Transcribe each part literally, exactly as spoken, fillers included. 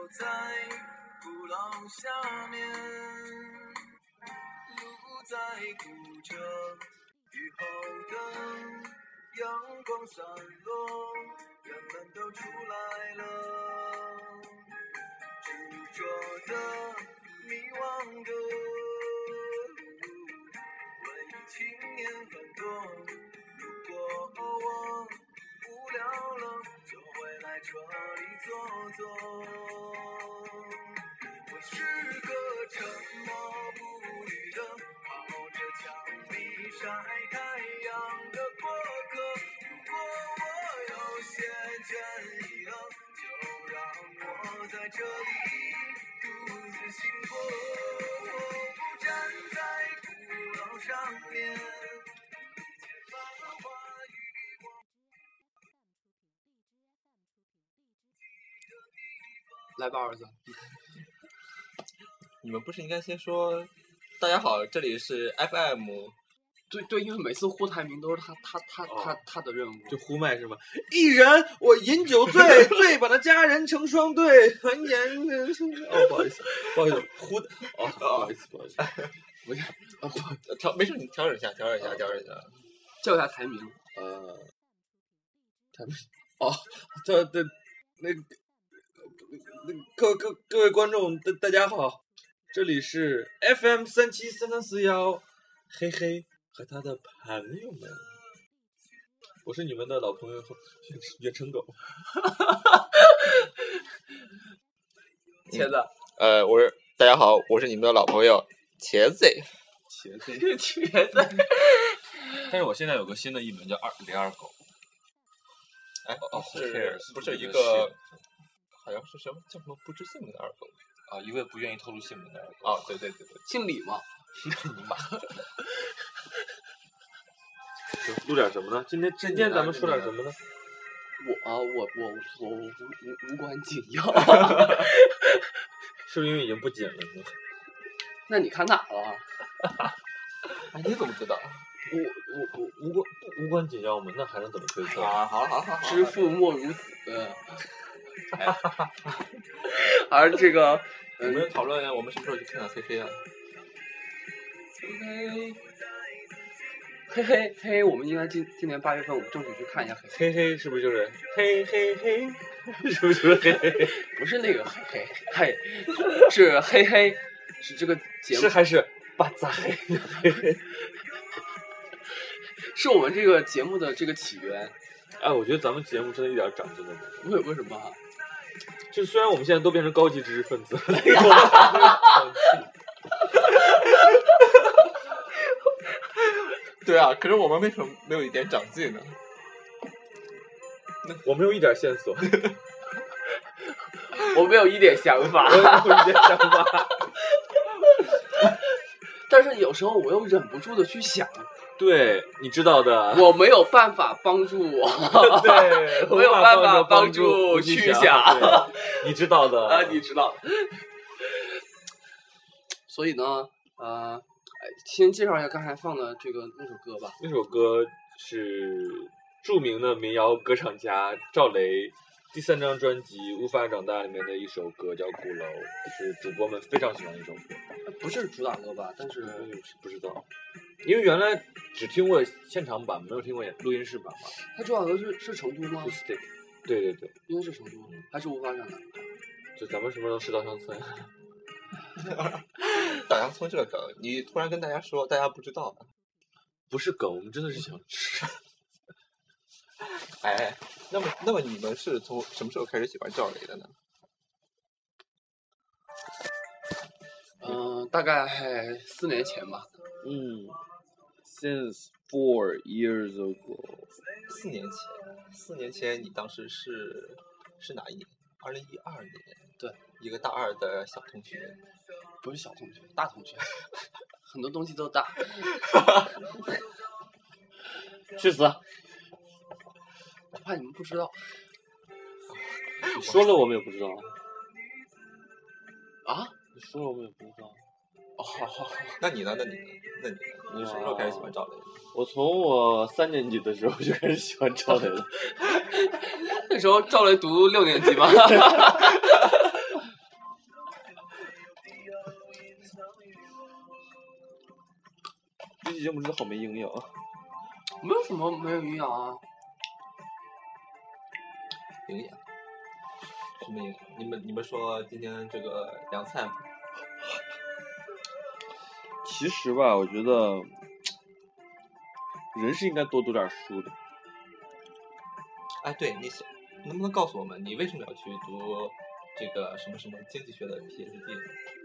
在鼓楼下面，路在鼓着，雨后的阳光散落，人们都出来了，执着的迷惘的文艺青年很多，如果我无聊了就会来这里坐坐。我是个沉默不语的靠着墙壁晒太阳的过客，如果我有些倦意了就让我在这里独自醒过。我不站在鼓楼上面，一切繁华与我来吧，儿子。 你们不是应该先说大家好，这里是 F M。 对对，因为每次呼台名都是他他他他、哦、他的任务， 就呼麦是吗？一人我饮酒醉，醉把他家人成双对，很言哦，不好意思，不好意思，呼的哦，不好意思，不好意思， 不是，啊不，调没事，你调整一下，调整一下，调整一下， 叫一下台名， 呃，台名哦，这这那个各各各位观众，大大家好。这里是 F M 三七三三四幺，嘿嘿和他的朋友们，我是你们的老朋友远程狗。 茄子， 呃，我是大家好，我是你们的老朋友茄子。 茄子， 茄子。 但是我现在有个新的艺名叫二零二狗。 哎，哦， 是不是一个，好像是什么叫什么不知姓名的二狗。 啊，一位不愿意透露姓名的人。 啊，对对对对， 姓李嘛。 你妈！ 录点什么呢？今天今天咱们说点什么呢？ 我啊，我我我无无无关紧要。 是不是因为已经不紧了呢？ 那你看哪了？ 哎，你怎么知道？ 我我我无关无关紧要吗？那还能怎么推测？ 啊，好了好了好了， 知父莫如子。哎，而这个。 我们讨论我们什么时候去看看黑黑啊？ 嘿嘿嘿，我们应该今今年八月份我们正式去看一下黑黑黑，是不是就是嘿嘿嘿？是不是就是嘿嘿嘿？ 不是那个嘿嘿嘿，是嘿嘿，是这个节目是还是巴扎嘿嘿嘿？ 是我们这个节目的这个起源。 哎，我觉得咱们节目真的一点长进都没有。 为为什么？ 就虽然我们现在都变成高级知识分子， 对啊，可是我们为什么没有一点长进呢？ 我没有一点线索， 我没有一点想法， 我没有一点想法， 但是有时候我又忍不住的去想。 对，你知道的， 我没有办法帮助我， 对， 没有办法帮助去想， 你知道的啊，你知道。所以呢，呃，先介绍一下刚才放的这个那首歌吧。 那首歌是著名的民谣歌唱家赵雷第三张专辑《无法长大》里面的一首歌叫《鼓楼》，是主播们非常喜欢的一首歌。 不是主打歌吧？但是不知道，因为原来只听过现场版，没有听过录音室版嘛。 它主打歌是是成都吗？ 对对对， 应该是成都，还是无法长大？ 就咱们什么时候吃稻香村？ 稻香村这个梗，你突然跟大家说，大家不知道。 不是梗，我们真的是想吃。 哎，那么那么你们是从什么时候开始喜欢赵雷的呢？ 嗯、呃，大概四年前吧。 嗯 ，since four years ago。 四年前，四年前你当时是是哪一年？二零一二年。 对， 一个大二的小同学。 不是小同学，大同学，很多东西都大。 去死！ 我怕你们不知道。 你说了我们也不知道。 啊？ 你说了我们也不知道。 哦，好好好。那你呢？那你呢？那你呢？你什么时候开始喜欢赵雷？ 我从我三年级的时候就开始喜欢赵雷了。 那时候赵雷读六年级吧。 这期节目真的好没营养啊！ 没有什么没有营养啊。 营养？什么营养？你们你们说今天这个凉菜吗？ 其实吧，我觉得人是应该多读点书的。 哎，对，你想能不能告诉我们，你为什么要去读这个什么什么经济学的 P H D？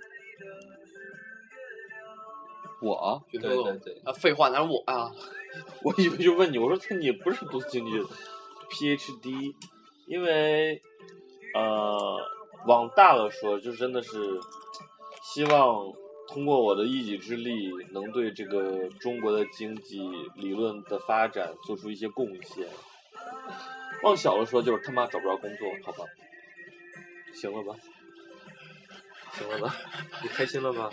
我？ 对对对。 啊，废话，哪是我啊？ 我以为就问你，我说他你不是读经济的 P H D， 因为呃，往大了说，就真的是希望通过我的一己之力，能对这个中国的经济理论的发展做出一些贡献。往小了说，就是他妈找不着工作，好吧？行了吧？行了吧？你开心了吗？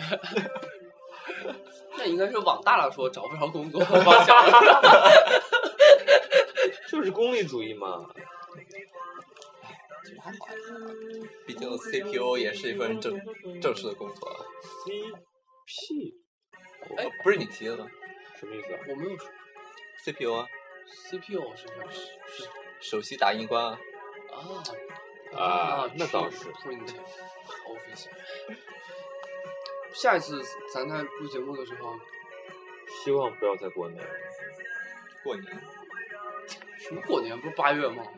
那应该是往大了说找不着工作，往小了就是功利主义嘛。 还好，毕竟 C P O 也是一份正正式的工作。 C P， 哎，不是你提的吗？ 什么意思啊？ 我没有说 C P O 啊 ，C P O 是什么？是首席打印官啊。 啊啊，那倒是。 print office。下一次咱在录节目的时候， 希望不要在过年。 过年？ 什么过年？不是八月吗？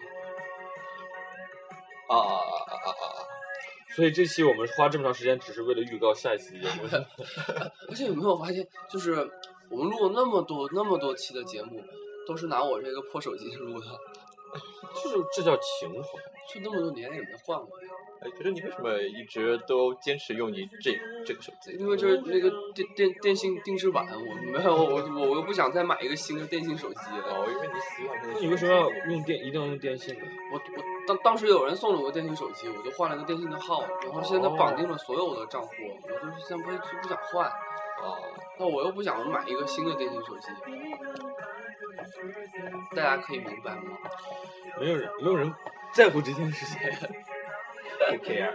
啊啊啊啊啊啊！ 所以这期我们花这么长时间，只是为了预告下一期节目。 而且有没有发现，就是我们录了那么多那么多期的节目，都是拿我这个破手机录的， 就是这叫情怀。 就那么多年也没换过。 哎，觉得你为什么一直都坚持用你这这个手机？ 因为这那个电电电信定制版，我没有我我我又不想再买一个新的电信手机。 哦，因为你喜欢那个。 那你为什么要用电？一定要用电信呢？ 我我当当时有人送了我个电信手机，我就换了个电信的号，然后现在绑定了所有的账户，我就现在不就不想换。 哦。 那我又不想买一个新的电信手机，大家可以明白吗？ 没有人，没有人在乎这件事情。 不 care。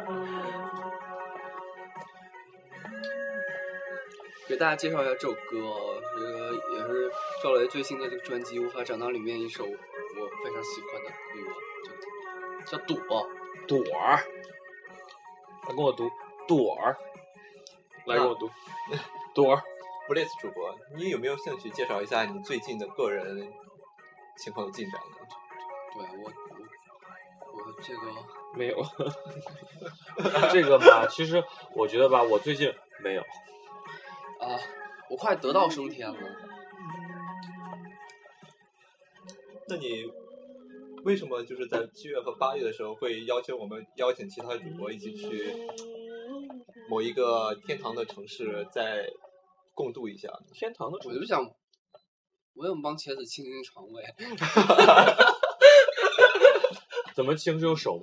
给大家介绍一下这首歌，这个也是赵雷最新的这个专辑《无法长大》里面一首我非常喜欢的歌，叫叫朵朵儿。来跟我读朵儿，来跟我读朵儿。 Blitz 主播，你有没有兴趣介绍一下你最近的个人情况的进展呢？ 对我我我这个没有。这个吧，其实我觉得吧，我最近没有。 啊，我快得道升天了。 那你为什么就是在七月和八月的时候会要求我们邀请其他主播一起去某一个天堂的城市再共度一下？ 天堂的城市，我就想，我想帮茄子清清肠胃。 怎么清？是用手吗？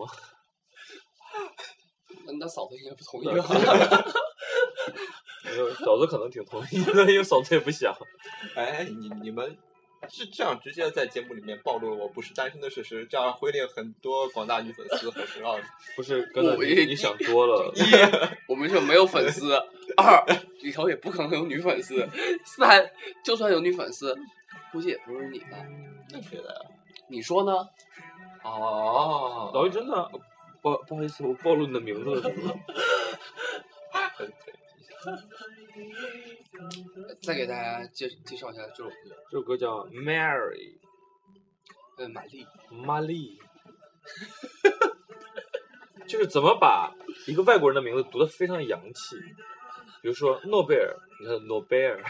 那嫂子应该不同意吧？ 嫂子可能挺同意的，因为嫂子也不想。 哎，你你们是这样直接在节目里面暴露了我不是单身的事实，这样会令很多广大女粉丝很失望。 不是，刚才你你想多了。 一，我们就没有粉丝；二，里头也不可能有女粉丝；三，就算有女粉丝，估计也不是你吧？ 那谁的呀？ 你说呢？ 哦， 老一真的，不不好意思，我暴露你的名字了，是不是？ 再给大家介介绍一下这首歌。 这首歌叫《Mary》， 呃，玛丽。 玛丽。就是怎么把一个外国人的名字读得非常洋气，比如说诺贝尔，你看诺贝尔。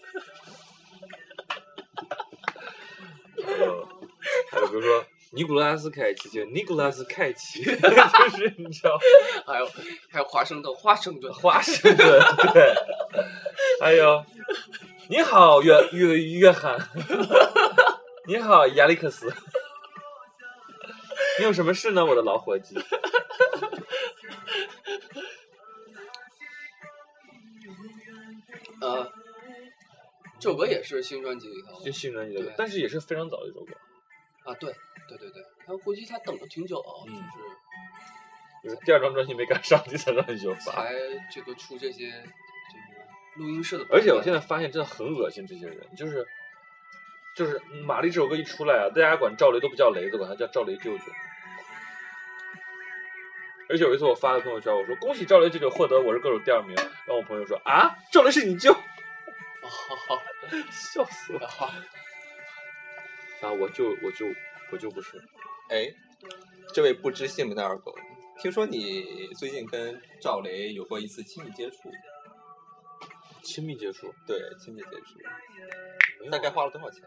还有，还有比如说尼古拉斯凯奇，就尼古拉斯凯奇，就是你知道。 还有还有华盛顿，华盛顿， 华盛顿，对。还有，你好，约约约翰。你好，亚历克斯。你有什么事呢，我的老伙计？ 呃，这首歌也是新专辑里头， 就新专辑里头，但是也是非常早的一首歌。 啊，对，对对对，他估计他等了挺久了， 嗯、 就是就是第二张专辑没赶上，第三张就发。 才这个出这些这个录音室的。 而且我现在发现真的很恶心，这些人就是就是玛丽这首歌一出来啊，大家管赵雷都不叫雷子，管他叫赵雷舅舅。而且有一次我发的朋友圈，我说恭喜赵雷舅舅获得我是歌手第二名，然后我朋友说啊，赵雷是你舅， 哦， 笑死了啊！我就我就我就不是。 哎，这位不知姓名的二狗，听说你最近跟赵雷有过一次亲密接触？ 亲密接触？ 对，亲密接触。 没有大概花了多少钱？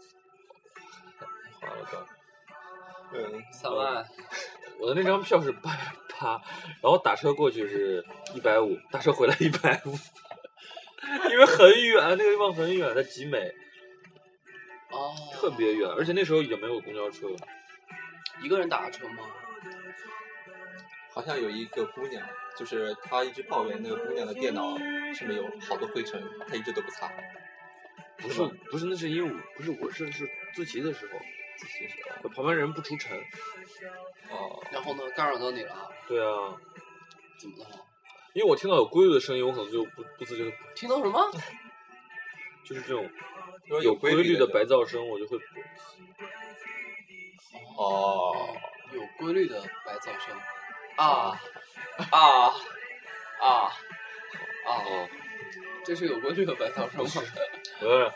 花了多少？ 嗯， 三万。 我的那张票是八百八，然后打车过去是一百五，打车回来一百五，因为很远，那个地方很远，在集美， 哦， 特别远，而且那时候已经没有公交车了。 一个人打的车吗？ 好像有一个姑娘，就是她一直抱怨那个姑娘的电脑上面有好多灰尘，她一直都不擦。 不是不是，那是因为我不是我是是自习的时候， 自习时候。 旁边人不出尘。 哦。 然后呢，干扰到你了？ 对啊。 怎么了？ 因为我听到有规律的声音，我可能就不不自觉的。 听到什么？ 就是这种有规律的白噪声，我就会。 哦。 有规律的白噪声。啊啊啊啊！ 哦， 这是有规律的白噪声吗？ 呃。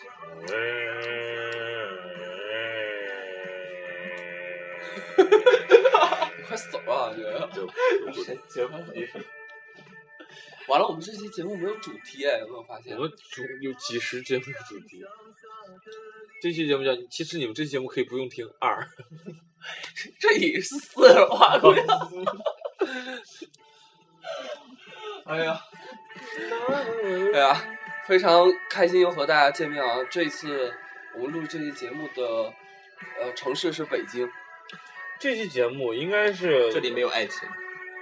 你快走啊！你节目也是。 完了，我们这期节目没有主题哎，有没有发现？ 我们主有几十节目主题。这期节目叫，其实你们这期节目可以不用听二。 这也是四人话的呀！哎呀，哎呀，非常开心又和大家见面啊！这一次我们录这期节目的呃城市是北京。 这期节目应该是这里没有爱情。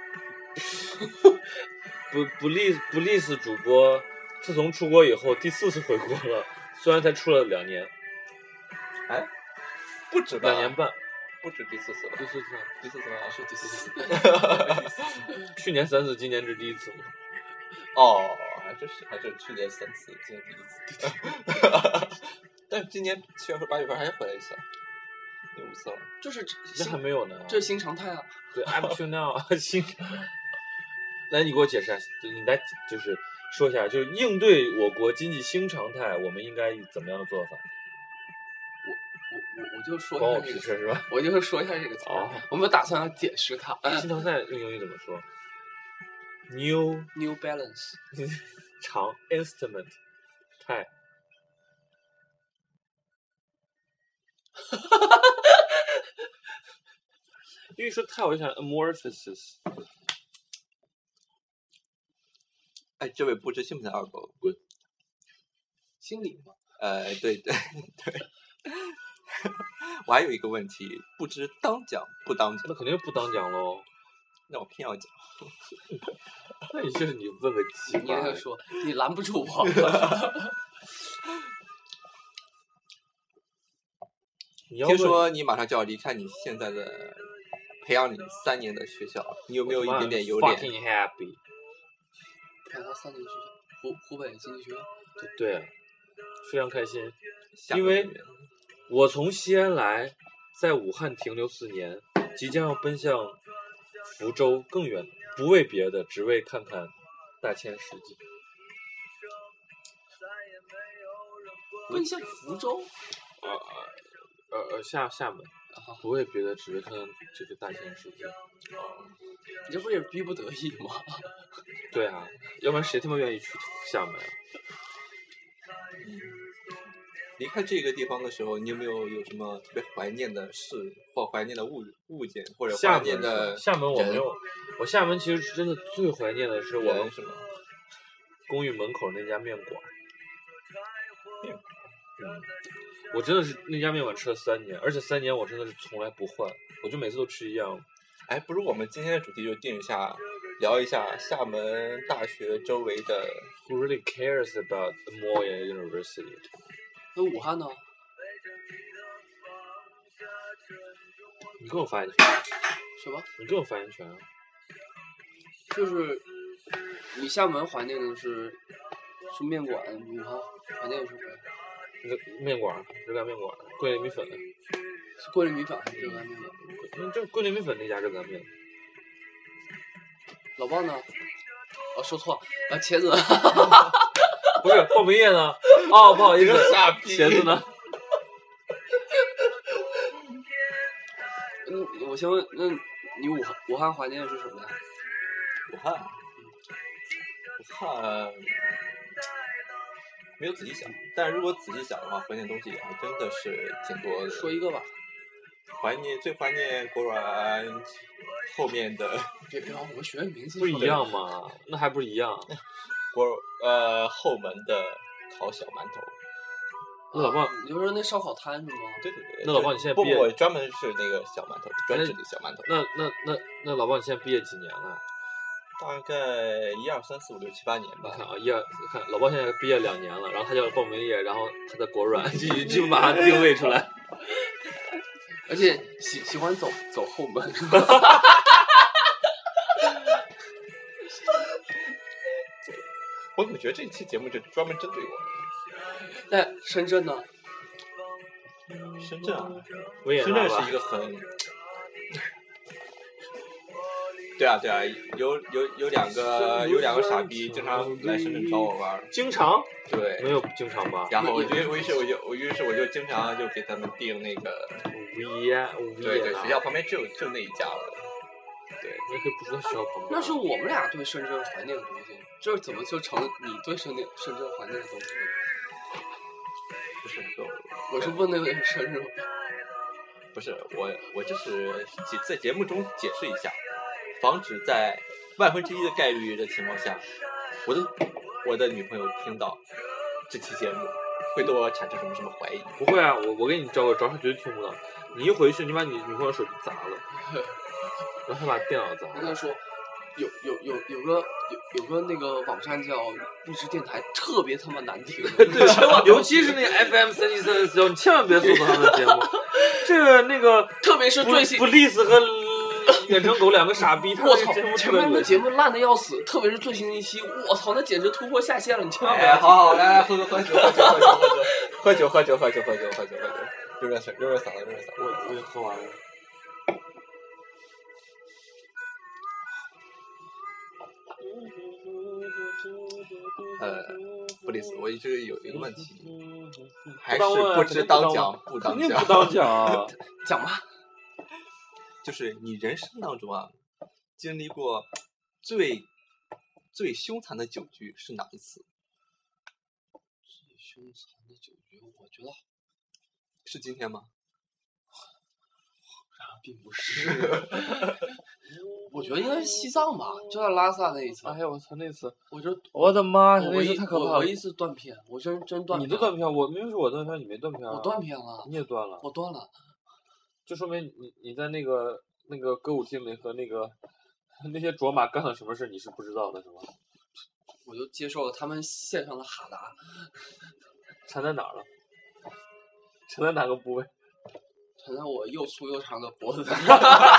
不不利不利斯主播自从出国以后第四次回国了，虽然才出了两年。 哎，不止吧？ 两年半。 不止第四次了， 第四次， 第四次吗？ 是第四次。 去年三次，今年是第一次。 哦，还真是，还是去年三次，今年第一次。但是今年七月份、八月份还回来一次，有五次了。 就是这还没有呢。 这是新常态啊。 对 ，up to now 新。来，你给我解释一下，你来就是说一下，就是应对我国经济新常态，我们应该怎么样的做法？ 我我就说关我一下这个词， 屁事是吧？ 我就说一下这个词， 哦、 我没有打算要解释它。 新常态用英语怎么说 ？New New Balance 长 instrument 态。因为说态，我就想 amorphosis。 哎，这位不知姓名的二狗， 滚！ 心理吗？ 呃，对对对。我还有一个问题，不知当讲不当讲？ 那肯定不当讲喽。 那我偏要讲。 那你就是你问个鸡你也说，你拦不住我。 听说你马上就要离开你现在的培养你三年的学校，你有没有一点点有点 ？Fucking happy。 培养三年学校，湖湖北经济学院。 对对，非常开心，因为我从西安来，在武汉停留四年，即将要奔向福州更远，不为别的，只为看看大千世界。 奔向福州？ 呃呃呃，厦厦门，不为别的，只为看看这个大千世界。 你这不也是逼不得已吗？ 对啊，要不然谁他妈愿意去厦门啊？ 嗯，离开这个地方的时候，你有没有有什么特别怀念的事，或怀念的物物件，或者怀念的厦门？厦门我没有，我厦门其实真的最怀念的是我们什么公寓门口那家面馆。面馆，嗯，我真的是那家面馆吃了三年，而且三年我真的是从来不换，我就每次都吃一样。 哎，不如我们今天的主题就定一下，聊一下厦门大学周围的。 Who really cares about the Moya University？ 那武汉呢？ 你更有发言权。 什么？ 你更有发言权啊！ 就是你厦门怀念的是是面馆，武汉怀念什么？ 热面馆，热干面馆，桂林米粉。 是桂林米粉还是热干面馆？ 嗯，就桂林米粉那家热干面。 老鲍呢？哦，说错了，啊，茄子。 不是爆米叶呢？哦，不好意思，茄子呢？ 嗯，我先问，那你武汉武汉怀念的是什么呀？ 武汉，武汉没有仔细想，但是如果仔细想的话，怀念东西也还真的是挺多的。 说一个吧。 怀念最怀念国软后面的。 别别把我们学院名字不一样嘛？那还不是一样？ 国呃后门的烤小馒头。 那老鲍， 你就说那烧烤摊是吗？ 对对对。 那老鲍你现在毕业？ 不不，专门是那个小馒头，专职的小馒头。 那那那那老鲍你现在毕业几年了？ 大概一二三四五六七八年吧。 看啊，一二看老鲍现在毕业两年了，然后他叫爆米叶，然后他在国软，就就把他定位出来。 而且喜喜欢走走后门。 我怎么觉得这一期节目就专门针对我？ 在深圳呢？ 深圳啊， 维也深圳纳吧是一个很……对啊对啊，有有有两个有两个傻逼经常来深圳找我玩儿。 经常？ 对， 没有经常吧？ 然后我于于是我就我于是我就经常就给他们订那个维也维对对， 也纳学校旁边就就那一家了。对， 你也可以不住在学校旁边。 那是我们俩对深圳怀念的东西，这怎么就成了你对深圳深圳怀念的东西了？ 不是我我是问那个深圳。 不是我我这是解在节目中解释一下，防止在万分之一的概率的情况下，我的我的女朋友听到这期节目会对我产生什么什么怀疑。 不会啊，我我给你招个招，他绝对听不到。你一回去，你把你女朋友手机砸了，然后他把电脑砸了。 我跟他说，有有有有个有有个那个网站叫荔枝电台，特别他妈难听。 对，尤其是那个 F M 三七三四幺，你千万别搜索他们的节目。这个那个， 特别是最新布利斯和远程狗两个傻逼， 我操！前面的节目目烂的要死，特别是最新一期，我操，那简直突破下限了！你千万别。 哎，好好来来喝喝喝酒喝酒喝酒喝酒喝酒喝酒喝酒喝酒喝酒，热热水热热嗓子热热嗓子。 我我已经喝完了。 呃，布里斯，我一直有一个问题，还是不当问不知当讲不当讲。 肯定不当讲啊！ 讲吧。 就是你人生当中啊，经历过最最凶残的酒局是哪一次？ 最凶残的酒局，我觉得是今天吗？ 并不是。我觉得应该是西藏吧，就在拉萨那一次。 哎呀，我操，那次， 我就我的妈呀，那我唯一次太可怕了。 我唯一一次断片，我真真断片。 你都断片，我明明是我断片，你没断片啊。 我断片了。 你也断了。 我断了。 就说明你你在那个那个歌舞厅里和那个那些卓玛干了什么事，你是不知道的，是吗？ 我就接受了他们线上的哈达。 缠在哪儿了？缠在哪个部位？ 缠在我又粗又长的脖子上。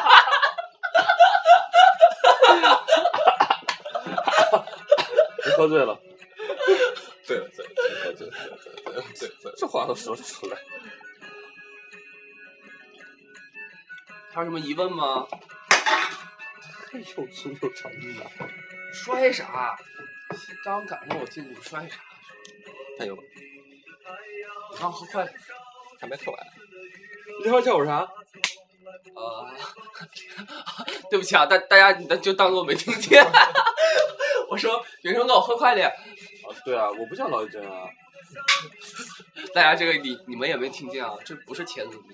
你喝醉了。 醉了醉了醉了醉了醉了醉了醉了醉了， 这话都说得出来。 还有什么疑问吗？ 又粗又长的。 摔啥？刚赶上我进去摔啥？ 加油！ 你刚喝快点。 还没喝完。 你这话叫我啥？ 呃，对不起啊，大大家你就当做没听见。我说原生狗喝快点。 啊，对啊，我不叫老一真啊。 大家这个你你们也没听见啊，这不是茄子。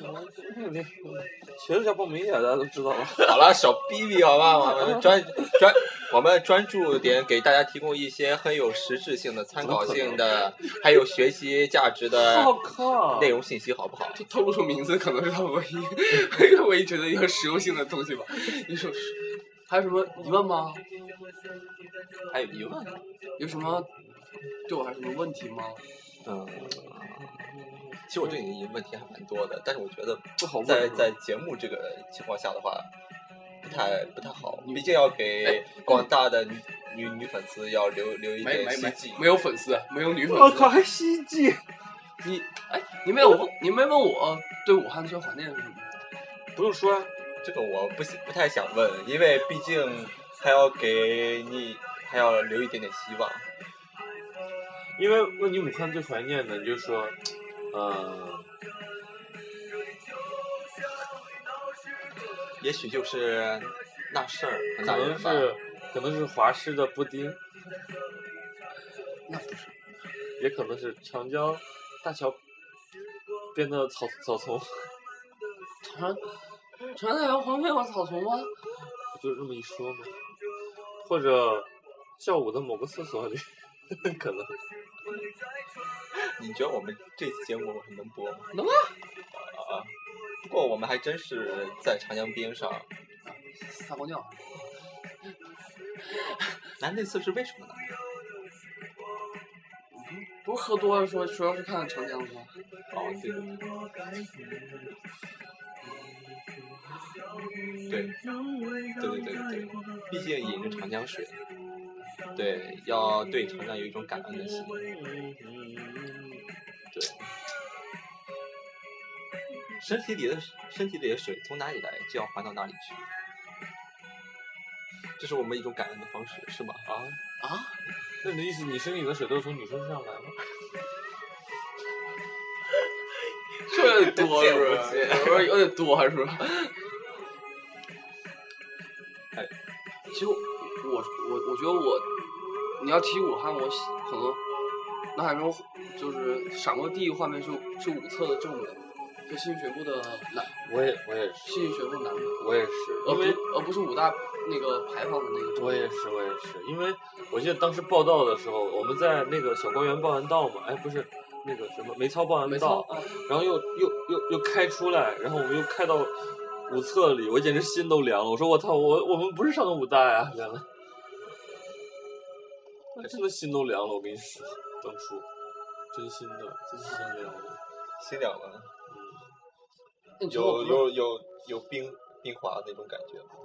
茄子叫爆米叶，大家都知道了。 好了，小逼逼好吧，我们专专我们专注点给大家提供一些很有实质性的、参考性的，还有学习价值的内容信息，好不好？ 就透露出名字，可能是他唯一唯一觉得有实用性的东西吧。你说还有什么疑问吗？ 还有疑问？ 有什么对我还有什么问题吗？ 嗯，其实我对你的问题还蛮多的，但是我觉得不好问。 在在节目这个情况下的话， 不太不太好，毕竟要给广大的女女女粉丝要留留一没没没点希冀。 没有粉丝，没有女粉丝。 我靠，还希冀？ 你哎，你没有问，你没问我对武汉最怀念的是什么？ 不用说啊， 这个我不不太想问，因为毕竟还要给你还要留一点点希望。 因为问你武汉最怀念的，你就说，呃， 也许就是那事儿和可那人吧。 能是可能是华师的布丁， 那不是， 也可能是长江大桥边的草草丛。 长长太阳旁边有草丛吗？ 就这么一说嘛，或者下午的某个厕所里，可能。 你觉得我们这次节目能播吗？ 能啊。 啊，不过我们还真是在长江边上。 撒过尿。 那那次是为什么呢？ 不是喝多了说说要去看长江吗？ 哦，对对对对对对对，毕竟饮着长江水，对，要对长江有一种感恩的心。对，身体里的身体里的水从哪里来，就要还到哪里去，这是我们一种感恩的方式，是吗？ 啊啊？ 那你的意思，你身体里的水都是从女生身上来吗？ 说有点多是不是？有点有点多还是？ 哎， 其实我我我觉得我，你要提武汉，我可能脑海中就是闪过第一个画面是是五侧的正门，就信息学部的南。 我也我也是。 信息学部南门。 我也是， 而不因为而不是武大那个牌坊的那个正门。 我也是我也是，因为我记得当时报道的时候，我们在那个小公园报完道嘛，哎不是。那个什么梅操报完道， 啊、 然后又又又又开出来，然后我们又开到五侧里，我简直心都凉了。我说我操，我我们不是上的武大呀，原来，我真的心都凉了。我跟你说，当初真心的，真心凉了， 心凉了。 嗯， 有有有有冰冰滑那种感觉吗？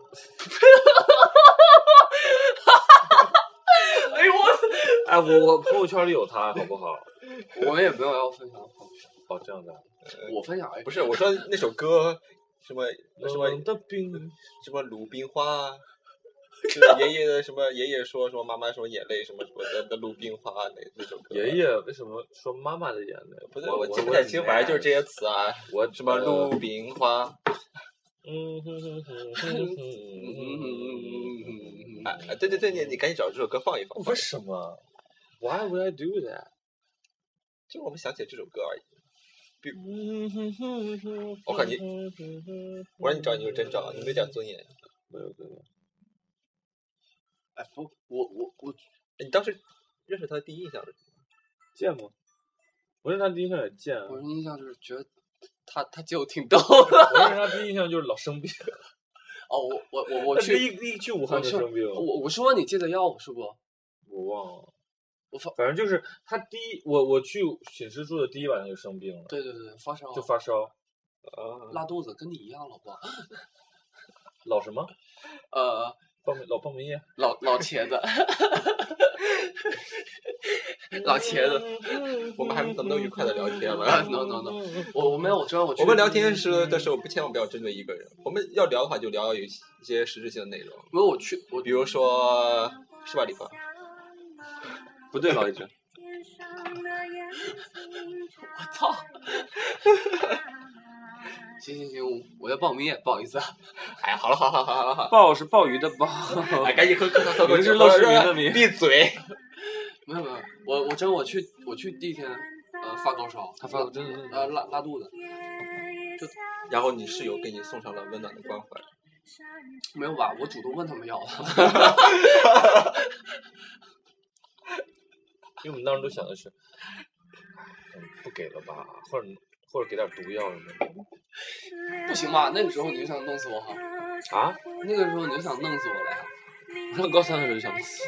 哎呦我！ 哎，我我朋友圈里有他，好不好？ 我们也没有要分享朋友圈。 哦，这样的。 我分享不是，我说那首歌什么什么的冰， 什么鲁冰花，就是爷爷的什么爷爷说什么妈妈什么眼泪什么什么的的鲁冰花那那首歌。 爷爷为什么说妈妈的眼泪？ 不是，我记不太清，反正就是这些词啊。 我什么鲁冰花。 嗯哼哼哼哼哼哼。 哎，对对对，你你赶紧找这首歌放一放。 为什么 ？Why would I do that？ 就我们想起这首歌而已。我靠你！我让你找你就真找，你没点尊严。 没有尊严。 哎不，我我我， 你当时认识他的第一印象是什么？ 贱吗？我认识他第一印象也贱。 我印象就是觉得他他姐我挺逗的。 我认识他第一印象就是老生病。 哦，我我我我去一一去武汉就生病。 我我说你借的药是不？ 我忘了。 我发反正就是他第一，我我去寝室住的第一晚上就生病了。 对对对，发烧。 就发烧。 啊。 拉肚子，跟你一样，老婆。 老什么？ 呃， 爆米老爆米叶。 老老茄子。老茄子。 我们还能不能愉快的聊天了？ 能能能，我我没有，我知道我。 我们聊天时的时候，不千万不要针对一个人。我们要聊的话，就聊有一些实质性的内容。 因为我去，我比如说，是吧，李哥？ 不对，老一只。 我操！行行行，我要报名也不好意思啊。 哎，好了好了好了好了好。 鲍是鲍鱼的鲍。 哎，赶紧喝喝喝喝。 名是陋室铭的铭。 闭嘴。 没有没有，我我真我去我去第一天，呃发高烧， 他发真的呃拉拉肚子，就然后你室友给你送上了温暖的关怀。 没有吧？我主动问他们要的。 因为我们当时都想的是，嗯，不给了吧，或者或者给点毒药什么的。 不行吧？那个时候你就想弄死我哈？ 啊？ 那个时候你就想弄死我了呀？ 我上高三的时候就想弄死。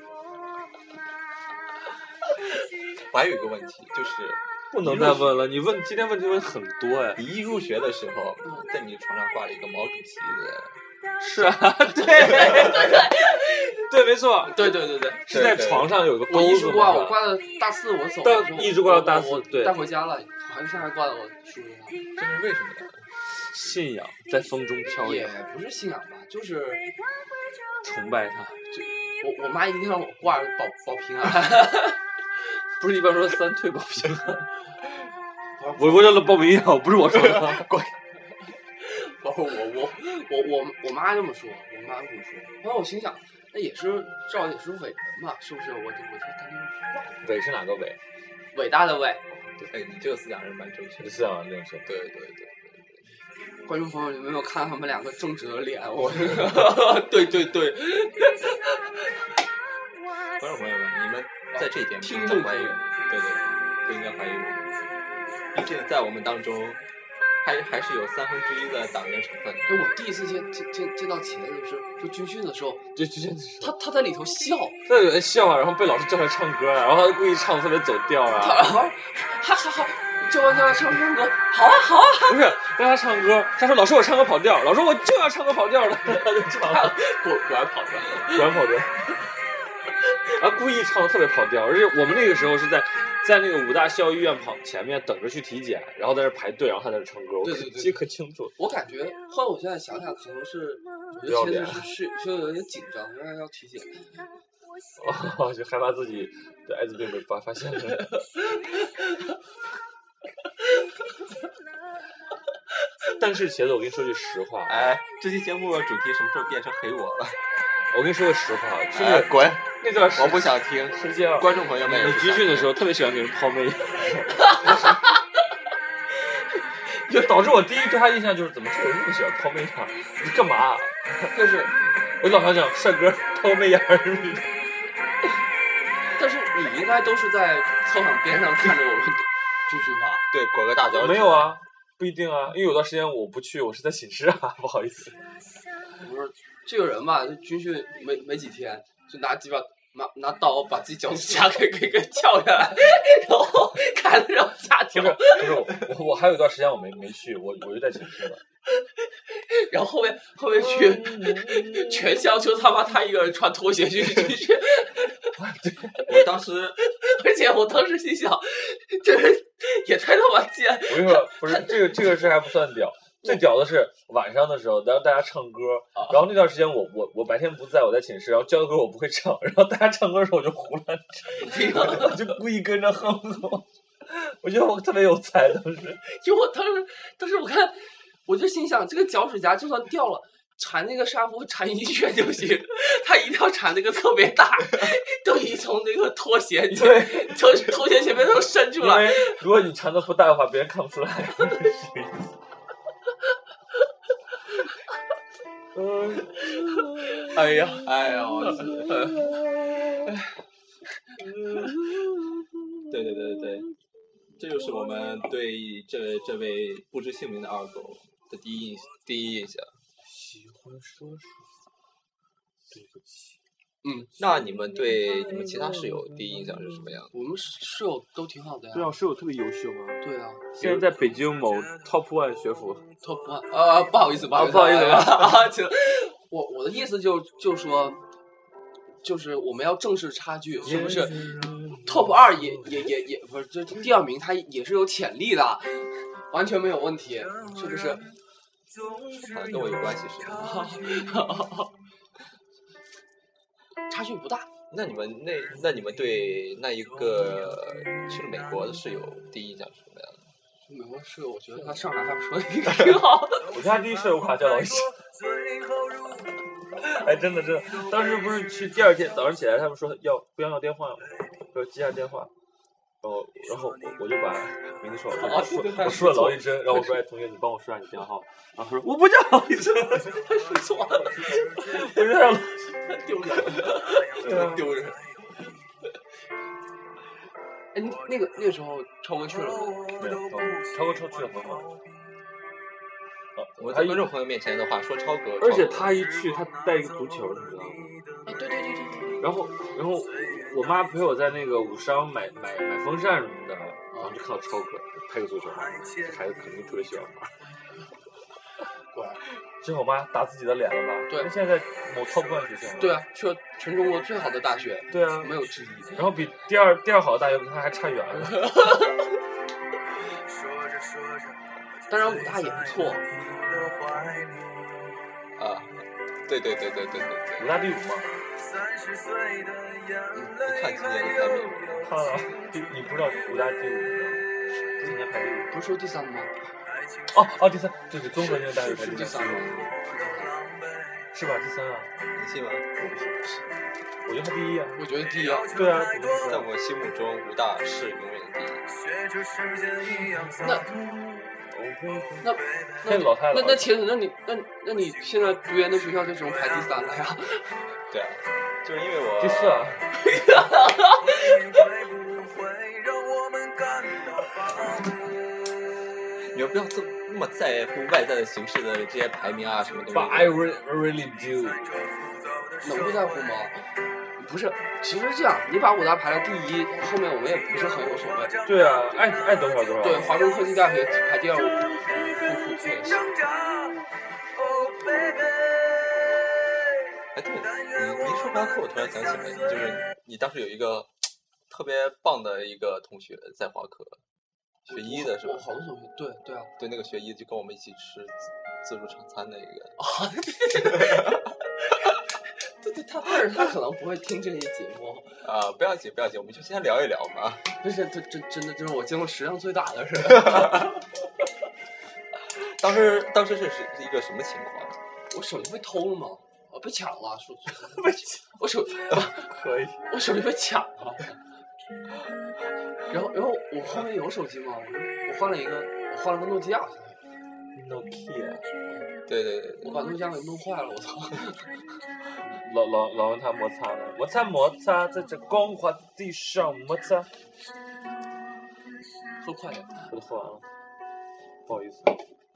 我还有一个问题，就是不能再问了。你问今天问题问很多哎。 你一入学的时候，在你床上挂了一个毛主席的是啊，对对对对，没错， 对对对对， 是在床上有个我一直挂， 钩子嘛我挂到大四，我走到的时候一直挂到大四我对带回家了，好像是还挂在我书桌上。 这是为什么呀？ 信仰在风中飘也扬， 不是信仰吧，就是崇拜他。 我我妈一定让我挂着保保平安。 不是一般说三退保平安，我我叫了报名药，不是我说的。 滚！包括我我我我我妈这么说，我妈这么说。然后我心想，那也是照也是伟人嘛，是不是？我我就赶紧挂。 伟是哪个伟？ 伟大的伟。 哎，你这个思想是蛮正确的。 思想正确。 对对对。 观众朋友，你们有没有看到他们两个正直的脸？我对对对。 观众朋友们，你们在这一点听众怀疑我们，对对对，不应该怀疑我们。毕竟在我们当中，还还是有三分之一的党员成分。 哎，我第一次见见见见到茄子是就军训的时候， 就军训他他在里头笑， 他有人笑啊，然后被老师叫来唱歌啊，然后他故意唱得特别走调啊。 他哈哈哈。教官叫他唱唱歌，好啊好啊！ 不是让他唱歌，他说老师我唱歌跑调，老师我就要唱歌跑调了，他就唱， 果果然跑调， 果然跑调。啊，故意唱的特别跑调，而且我们那个时候是在在那个武大校医院旁前面等着去体检，然后在那排队，然后他在那唱歌，我对对对， 记得可清楚。 我感觉后来我现在想想，可能是我觉得其实是是是有点紧张，因为要体检。 哦，就害怕自己的艾滋病被发发现了。但是茄子，我跟你说句实话， 哎，这期节目的主题什么时候变成黑我了？ 我跟你说个实话，就是、 哎、滚！ 那段我不想听。 是这样， 观众朋友们， 你军训的时候特别喜欢给人抛媚眼，就导致我第一对他印象就是怎么这个人那么喜欢抛媚眼？你干嘛？ 就是我老想讲帅哥抛媚眼。 但是你应该都是在操场边上看着我们军训吧？ 对，裹个大脚。 没有啊，不一定啊，因为有段时间我不去，我是在寝室啊，不好意思。 不是这个人吧，军训没没几天，就拿几把拿拿刀把自己脚趾甲给给给撬下来，然后砍了然后下条。 不是不是，我我还有一段时间我没没去，我我就在寝室了。 然后后面后面去全校就他妈他一个人穿拖鞋去军训。 我当时， 而且我当时心想，这人也太他妈贱。 我跟你说，不是这个这个事还不算屌。最屌的是晚上的时候，然后大家唱歌，然后那段时间我我我白天不在，我在寝室，然后教的歌我不会唱，然后大家唱歌的时候我就胡乱唱，我就故意跟着哼哼，我觉得我特别有才当时。 因为我当时当时我看，我就心想，这个脚趾甲就算掉了，缠那个纱布缠一圈就行，他一定要缠那个特别大，等于从那个拖鞋对， 从拖鞋前面都伸出来。 因为如果你缠的不大的话，别人看不出来。 哎呀， 哎呀，我对对对对对，这就是我们对这这位不知姓名的二狗的第一印第一印象。 喜欢说说对不起。 嗯， 那你们对你们其他室友第一印象是什么样的？ 我们室友都挺好的呀。 对啊，室友特别优秀啊。 对啊， 现在在北京某 top one 学府。 top one 啊，不好意思，不好意思， 不好意思啊，请我我的意思就就说，就是我们要正视差距，是不是 ？top 二也也也也不是，这第二名他也是有潜力的，完全没有问题，是不是？ 啊，跟我有关系是吧？ 差距不大。 那你们那那你们对那一个去了美国的室友第一印象是什么样的？ 美国室友，我觉得他上来他说的挺好。 我跟他第一室友卡叫老师。哎，真的真的，当时不是去第二天早上起来，他们说要不要要电话吗？说记下电话。然后，然后我我就把名字说了，我说我说了劳一真，然后我说哎同学你帮我说下你电话号，然后他说我不叫劳一真，他说错了，我说让丢人，丢人。哎，那个那个时候超哥去了没有？超哥超去了很好。 我在观众朋友面前的话说超哥， 而且他一去他带一个足球，你知道吗？ 啊，对对对对。 然后然后我妈陪我在那个武商买买买风扇什么的，然后就看到超哥拍个足球，这孩子肯定特别喜欢玩。 果然之后妈打自己的脸了吧？ 对， 那现在在某 top one 学校。 对啊，去了全中国最好的大学。 对啊， 没有之一。 然后比第二第二好的大学跟他还差远了。 当然武大也不错。 啊，对对对对对对对。 武大第五吗？ 嗯，你看今年的排名。 看了，你不知道武大第五吗？今年排第五。 不是说第三吗？ 哦哦，第三，对对，综合性大学排第三吗？ 是吧？第三啊？ 你信吗？ 我不信。我觉得他第一啊。 我觉得第一啊。 对啊， 在我心目中，武大是永远的第一。 那那那老太那那茄子，那你那那你现在读研的学校就只能排第三了呀？ 对啊，就是因为我第四啊。 你们不要这么在乎外在的形式的这些排名啊什么东西。 But I really really do。 能不在乎吗？不是，其实这样，你把武大排在第一，后面我们也不是很有所谓。 对啊，爱爱多少多少。 对，华中科技大学排第二，我不不不也是。 哎，对，你你说华科，我突然想起来，就是你当时有一个特别棒的一个同学在华科。学医的是吧？ 好多同学，对对啊， 对那个学医就跟我们一起吃自自助常餐的一个。 啊，对对对，对对，他但是他可能不会听这些节目啊，不要紧不要紧，我们就先聊一聊嘛。 这是这真真的，这是我见过食量最大的人。 当时当时是是一个什么情况？ 我手机被偷了吗？我被抢了，说被抢，我手可以， 我手机被抢了。然后，然后我后面有手机吗？我我换了一个，我换了个诺基亚。 诺基亚。 对对对。 我把诺基亚给弄坏了，我操！ 老老老让他摩擦呢，摩擦摩擦，在这光滑的地上摩擦。 喝快点。 我都喝完了，不好意思。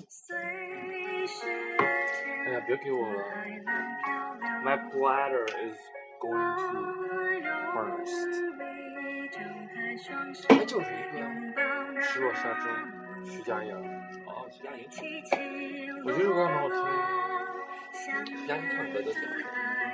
哎呀，别给我了。My bladder is going to burst。 哎，就是一个失落沙洲，徐佳莹。 哦，徐佳莹。 我觉得这首歌蛮好听的。 徐佳莹唱歌都挺好。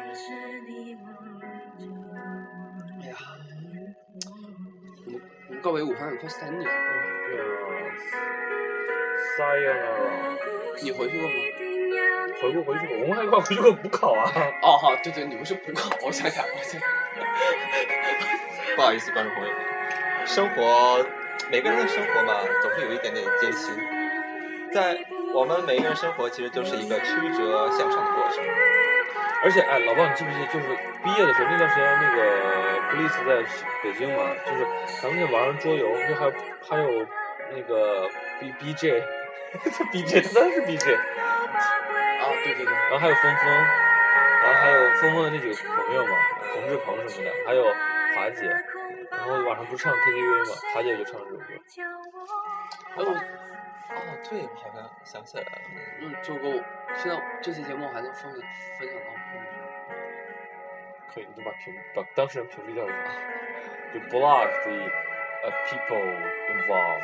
哎呀，我们我们告别武汉有快三年了。 对啊。Sayonara。 你回去过吗？ 回过回去过，我们还一块回去过补考啊。 哦好，对对，你们是补考，我想起来了，我想。 不好意思，观众朋友们，生活每个人的生活嘛，总是有一点点艰辛。在我们每一个人生活，其实都是一个曲折向上的过程。 而且，哎，老鲍，你记不记得，就是毕业的时候那段时间，那个布丽斯在北京嘛，就是咱们在玩桌游，就还有还有那个 B B J， B J， 他当然是 B J。 啊，对对对。 然后还有峰峰，然后还有峰峰的那几个朋友嘛，洪志鹏什么的，还有华姐。然后晚上不是唱 K T V 嘛，华姐就唱这首歌。 哎我， 哦，对，我好像想起来了。 嗯，这首歌我现在这期节目还能分享分享到朋友圈。 可以，你就把屏把当事人屏蔽掉就行。就 block the uh, people involved。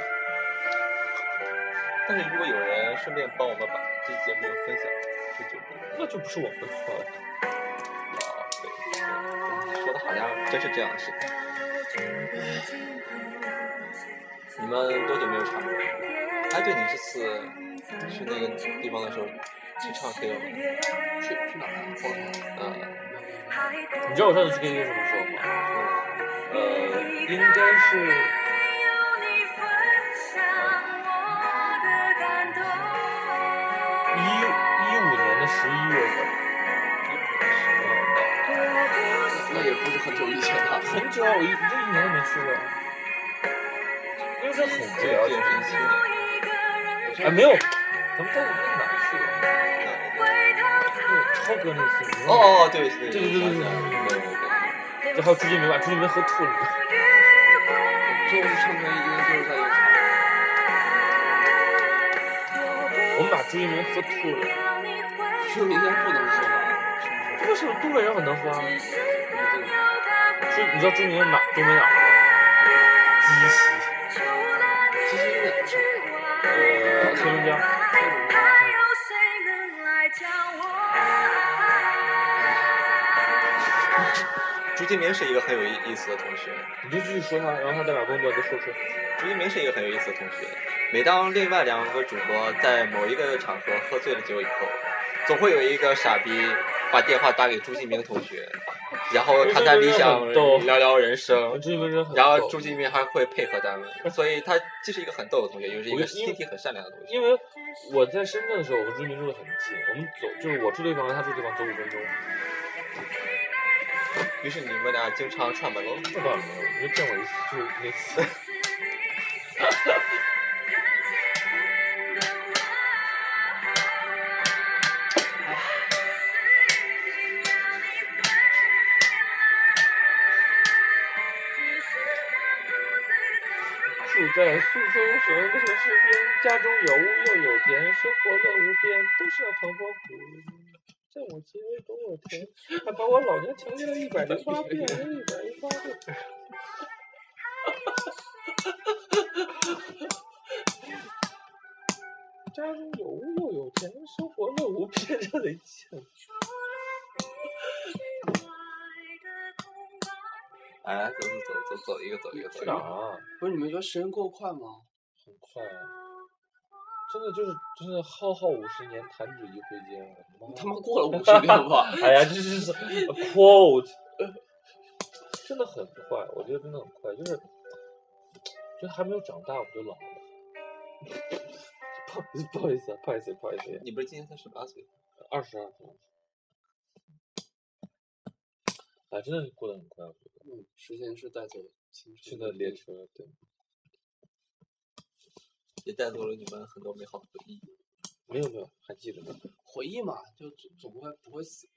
但是如果有人顺便帮我们把这期节目分享出去， 那就不是我们的错了。 啊，对，说的好像真是这样的事情。你们多久没有唱歌？哎，对，你这次去那个地方的时候去唱 K 了吗？ 去去哪儿啊？广场。 啊。 你知道我上次去 K T V 什么时候吗？呃，应该是。一一五年的十一月份， 那也不是很久以前了， 很久，我一这一年都没去过，因为这很无聊， 也是一七年。 哎，没有，咱们到那哪儿去了？对，超哥那次。 哦哦，对对对对对对对对对。这还有朱金梅，把朱金梅喝吐了。 最后是唱歌应该就是在一场。 我们把朱一鸣喝吐了， 朱一鸣应该不能喝吧？ 为什么东北人很能喝啊？朱，你知道朱一鸣哪东北哪儿吗？鸡西。 鸡西是哪个省？ 呃，黑龙江。 朱金明是一个很有意思的同学， 你就继续说他，然后他代码工作都说出来。 朱金明是一个很有意思的同学。每当另外两个主播在某一个场合喝醉了酒以后，总会有一个傻逼把电话打给朱金明同学，然后谈谈理想，聊聊人生。 朱金明人很逗。 然后朱金明还会配合他们，所以他既是一个很逗的同学，又是一个心地很善良的同学。 因为我在深圳的时候，我和朱金明住得很近，我们走就是我住的地方和他住的地方走五分钟。 于是你们俩经常串门喽？ 那倒没有，因为见过一次，就是那次。住在苏州省的城市边，家中有屋又有田，生活乐无边，都是那唐伯虎。在我结尾懂我甜，还把我老娘强奸了一百零八遍，一百零八遍。家中有屋又有田，生活乐无边，这得讲。 哎，走走走走走一个走一个走一个。 哪啊？ 不是你们觉得时间过得快吗？ 很快啊。真的就是真的浩浩五十年，弹指一挥间。 你他妈过了五十年吧？ 哎呀，这是是 quote， 真的很快，我觉得真的很快，就是就还没有长大我就老了。不好意思，不好意思，不好意思。 你不是今年才十八岁？ 二十二岁。哎，真的过得很快，我觉得。 嗯，时间是带走青春的列车，对。 也带走了你们很多美好的回忆。 没有没有，还记着呢。 回忆嘛，就总总不会不会死。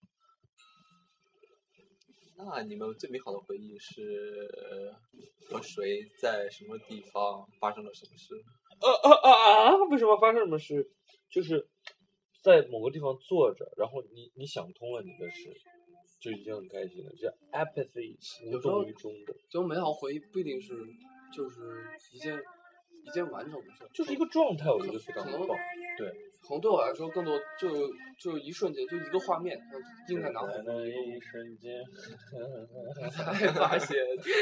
那你们最美好的回忆是和谁在什么地方发生了什么事？ 啊啊啊啊！为什么发生什么事？就是在某个地方坐着，然后你你想通了你的事，就已经很开心了。这 apathy 无动于衷的。 就美好回忆不一定是就是一件。一件完整的事， 就是一个状态，我觉得非常棒。对， 可能对我来说，更多就就一瞬间，就一个画面，印在脑海中。一瞬间， 才发现。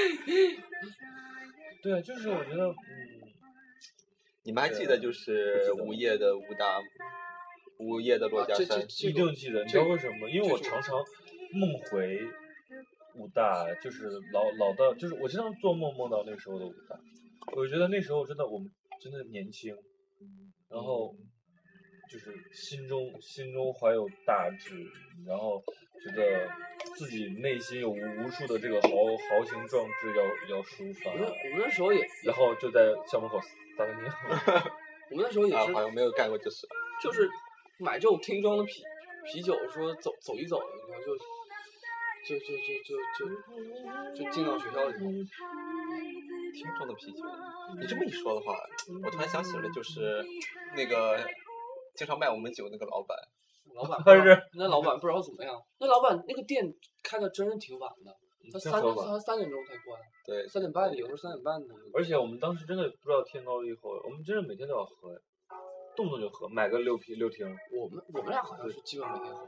对，就是我觉得，嗯， 你们还记得就是午夜的武大，午夜的珞珈山？ 一定记得，你知道为什么吗？因为我常常梦回武大，就是老老到，就是我经常做梦梦到那时候的武大。我觉得那时候真的我们真的年轻，然后就是心中心中怀有大志，然后觉得自己内心有无数的这个豪豪情壮志要要抒发。 我们我们那时候也， 然后就在校门口撒个尿。 我们那时候也是， 啊、好像没有干过这事。 就是买这种听装的啤啤酒，说走走一走，然后就就就就就就就进到学校里头。 听装的啤酒，你这么一说的话，我突然想起了，就是那个经常卖我们酒那个老板。 老板不是那老板不知道怎么样，那老板那个店开的真是挺晚的，他三他三点钟才关， 对， 三点半有时候三点半的。 而且我们当时真的不知道天高地厚，我们真的每天都要喝，动不动就喝，买个六瓶六听。 我们我们俩好像是基本每天喝。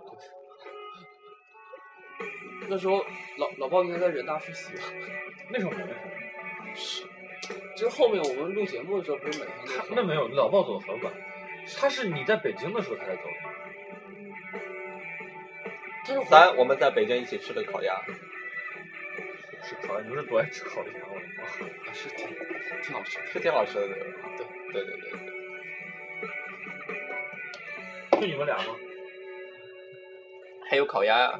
那时候老老鲍应该在人大复习吧？ 那时候没。 是，就是后面我们录节目的时候，不是每天都。 他那没有，老鲍走很晚，他是你在北京的时候他才走的。 他是咱我们在北京一起吃的烤鸭。 吃烤鸭，你们是多爱吃烤鸭？我的妈！ 是挺挺好吃的， 是挺好吃的。对对对对对。就你们俩吗？ 还有烤鸭呀。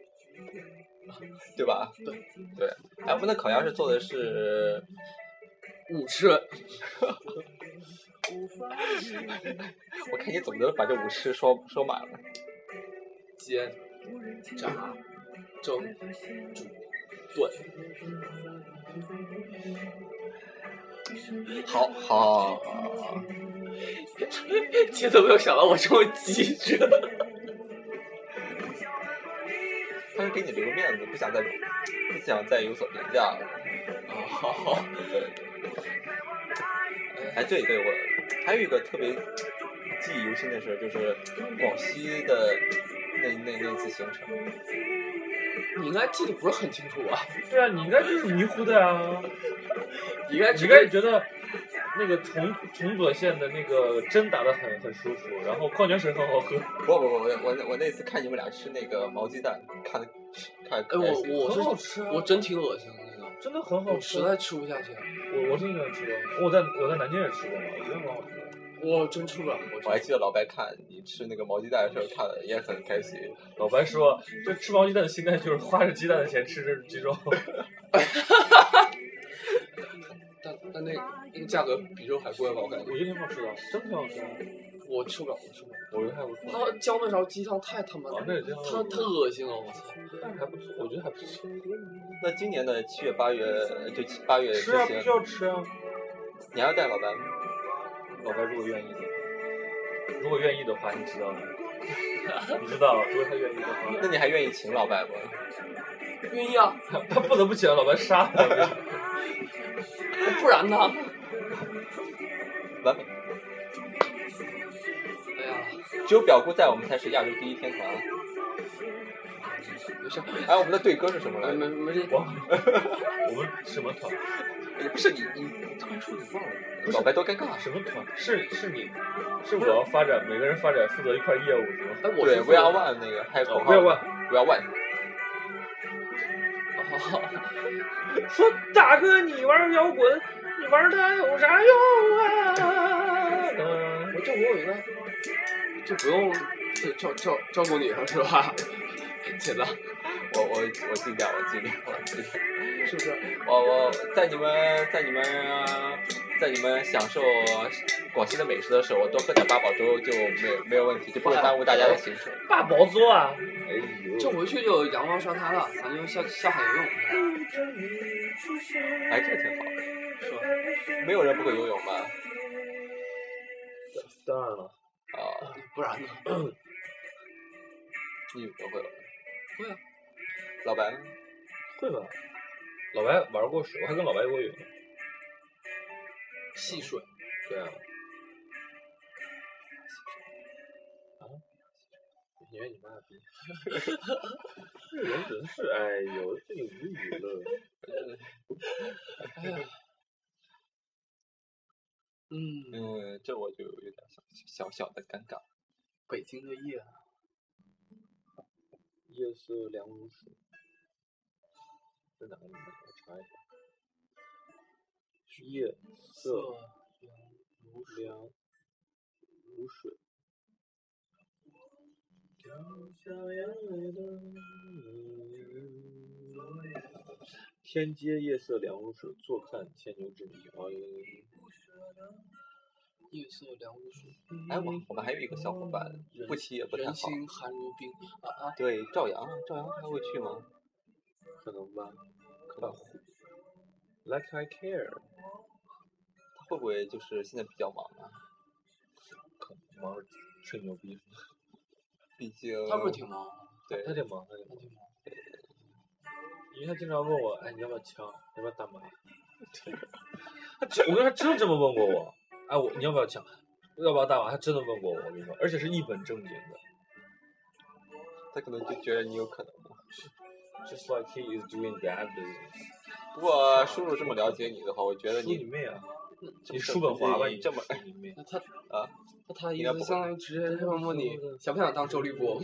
对吧？ 对对，哎，我们的烤鸭是做的是五吃。 我看你怎么能把这五吃说说满了？ 煎、炸、蒸、煮、炖。 好好好。 其实没有想到我这么机智。 他是给你留个面子，不想再不想再有所评价了。 啊、哦，好好， 对。哎，对对，我还有一个特别记忆犹新的是，就是广西的那那那次行程。 你应该记得不是很清楚吧？ 对啊，你应该就是迷糊的啊。 你应该你应该觉得那个重重左线的那个针打得很很舒服，然后矿泉水很好喝。 不不不，我我我那次看你们俩吃那个毛鸡蛋，看的看哎，我可开心。 我很好是吃啊我真挺恶心的那个， 真的很好吃， 我实在吃不下去。 我我是应该吃过，我在我在南京也吃过嘛，我觉得很好吃。 我真吃不了，我我还记得老白看你吃那个毛鸡蛋的时候，看的也很开心。 老白说，这吃毛鸡蛋的心态就是花着鸡蛋的钱吃这鸡肉。 但但那那个价格比肉还贵吧？我感觉我觉得挺好吃的，真的挺好吃的。 我吃不了，我吃不了。 我觉得还不错。 他浇那勺鸡汤太他妈啊，那也挺好他太恶心了，我操！ 但是还不错，我觉得还不错。 那今年的七月八月就七八月吃啊， 之前必须要吃啊！ 你还要带老白吗？ 老白如果愿意，如果愿意的话，你知道的，你知道，如果他愿意的话， 那你还愿意请老白吗？ 愿意啊， 他他不得不请老白杀了。 不然呢？ 完美。 哎呀， 只有表姑在，我们才是亚洲第一天团。 没事。 哎，我们的队歌是什么来没着？ 没没事。 我我们什么团？ 也不是你，你你突然说你忘了，老白多尴尬。 什么团？是是你，是我要发展，每个人发展负责一块业务是吗？ 哎，我对是 ，We are one 那个还有口号。 不要问， 不要问。 说大哥，你玩摇滚，你玩它有啥用啊？嗯， 我这我有一个，就不用照照照顾你了是吧？铁子， 我我我尽量，我尽量，我尽量。 是不是？ 我我在你们在你们在你们享受广西的美食的时候，我多喝点八宝粥就没有没有问题，就不会耽误大家的行程。 八宝粥啊！哎呦， 这回去就阳光沙滩了，咱就下下海游泳。 哎，这个挺好， 是吧？ 没有人不会游泳吧？ 当然了， 啊， 不然呢？ 你游会了？ 会啊。 老白呢？ 会吧？老白玩过水，我还跟老白游过泳。 戏水。 对啊。啊？你你妈逼！这人真是，哎呦，这个无语了。 哎呀。嗯。 嗯，这我就有点小小小的尴尬。 北京的夜。 夜色凉如水。在哪个里面？我查一下。夜色凉如凉如水。掉下眼泪的天街夜色凉如水，坐看牵牛织女。哦， 夜色凉如水。 哎，我我们还有一个小伙伴，不提也不太好。 人心寒如冰啊啊！ 对，赵阳，赵阳还会去吗？ 可能吧，可能。Like I care。 他会不会就是现在比较忙啊？ 可能忙着吹牛逼。 毕竟。 他不是挺忙？ 对， 他挺忙，他挺忙。因为他经常问我，哎，你要不要枪？要不要大麻？他真，我跟他真这么问过我。哎，我你要不要枪？要不要大麻？他真的问过我，我跟你说，而且是一本正经的。 他可能就觉得你有可能吧。 Just like he is doing that business。 不过叔叔这么了解你的话，我觉得你。 你妹啊！你叔本华吧， 你这么。 那他啊？ 那他意思相当于直接问问你想不想当周立波？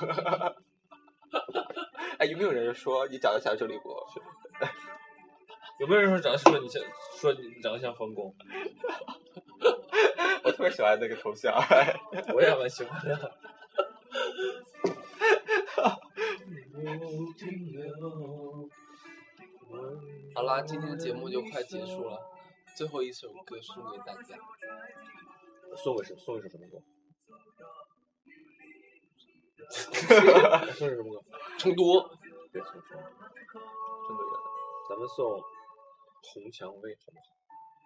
哎，有没有人说你长得像周立波？ 有没有人说长得说你像说你长得像冯巩？ 我特别喜欢那个头像。 我也蛮喜欢的。 好啦，今天的节目就快结束了，最后一首歌送给大家。 送给谁？送一首什么歌？送什么歌？ 成都。 别送成都， 真的有。 咱们送红蔷薇好不好？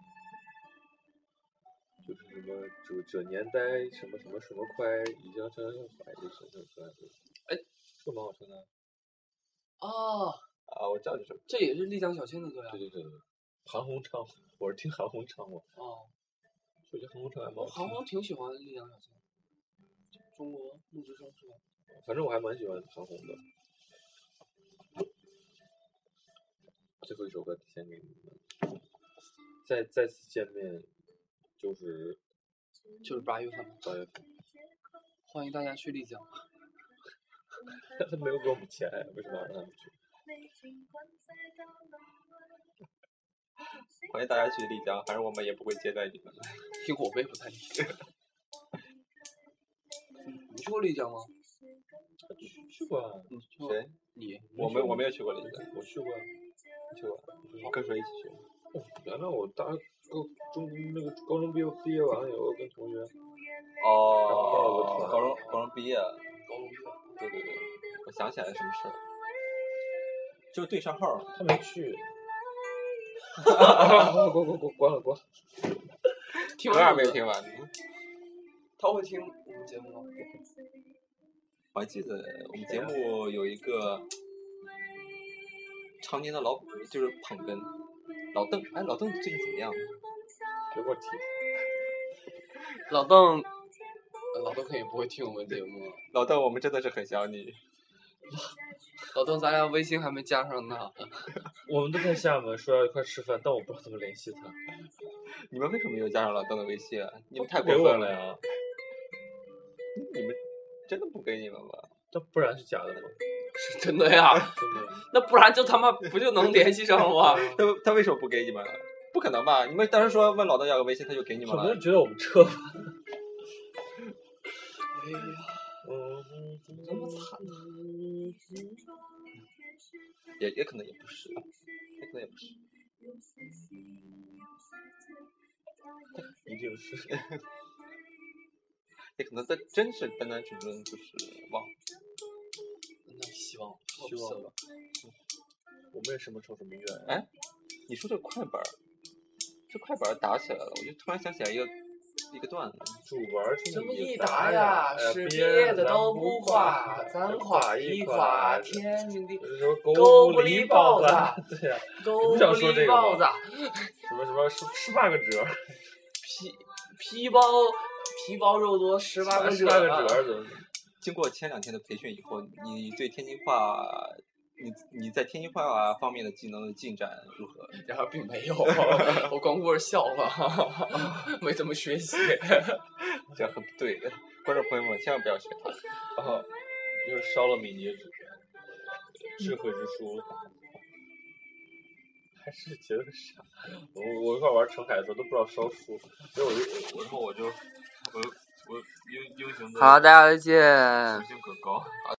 就是什么这这年代什么什么什么快，已经成了怀疑什么什么。哎，这个蛮好听的。 哦。 啊，我知道这首。 这也是丽江小倩的歌呀。 对对对对，韩红唱，我是听韩红唱过。 哦。 我觉得韩红唱还蛮好听。 韩红挺喜欢丽江小倩。 中国木之声是吧？ 反正我还蛮喜欢韩红的。最后一首歌献给你们，再再次见面就是就是八月份， 八月份。 欢迎大家去丽江。 他没有给我们钱，为什么要让他们去？ 欢迎大家去丽江，反正我们也不会接待你们。 因为我也不太理解。你去过丽江吗？ 去过啊。 你去过？ 谁？ 你？ 我没我没有去过丽江， 我去过。 去过。我跟谁一起去？ 哦，原来我大高中那个高中毕业毕业完了以后跟同学。 哦。高中高中毕业。 高中毕业。 对对对，我想起来什么事儿。就对上号， 他没去。关关关关了关了。 听完没听完。 他会听我们节目吗？ 我还记得我们节目有一个常年的老就是捧哏老邓，哎，老邓最近怎么样？ 别给我提。 老邓，老邓肯定不会听我们节目。 老邓，我们真的是很想你。 老邓，咱俩微信还没加上呢。 我们都在厦门说要一块吃饭，但我不知道怎么联系他。 你们为什么没有加上老邓的微信啊？你们太过分了呀！ 你们真的不给你们吗？ 这不然是假的吗？ 是真的呀！ 真的。 那不然就他妈不就能联系上了吗？ 他他为什么不给你们？不可能吧？你们当时说问老邓要个微信，他就给你们了。 可能觉得我们扯吧。 哎呀，嗯，怎么这么惨呢？ 也也可能也不是，也可能也不是。 一定是。 也可能他真是单单纯纯就是忘。 那希望希望吧。我们也什么时候什么愿？ 哎，你说这快板，这快板打起来了，我就突然想起来一个一个段子。 主玩这么一打呀，是别的都不夸，咱夸一夸天经地义。狗不理包子， 对呀， 狗不理包子。 什么什么十十八个折？ 皮皮包皮包肉多十八个折。 十八个折。 经过前两天的培训以后，你对天津话，你你在天津话方面的技能的进展如何？ 然后并没有，我光顾着笑了，没怎么学习。 这样很不对的，观众朋友们千万不要学他。 然后又烧了米捏纸，智慧之书。还是觉得傻。我我一块玩澄海的时候都不知道烧书，所以我就我然后我就我我英英雄的。 好，大家再见。 属性可高。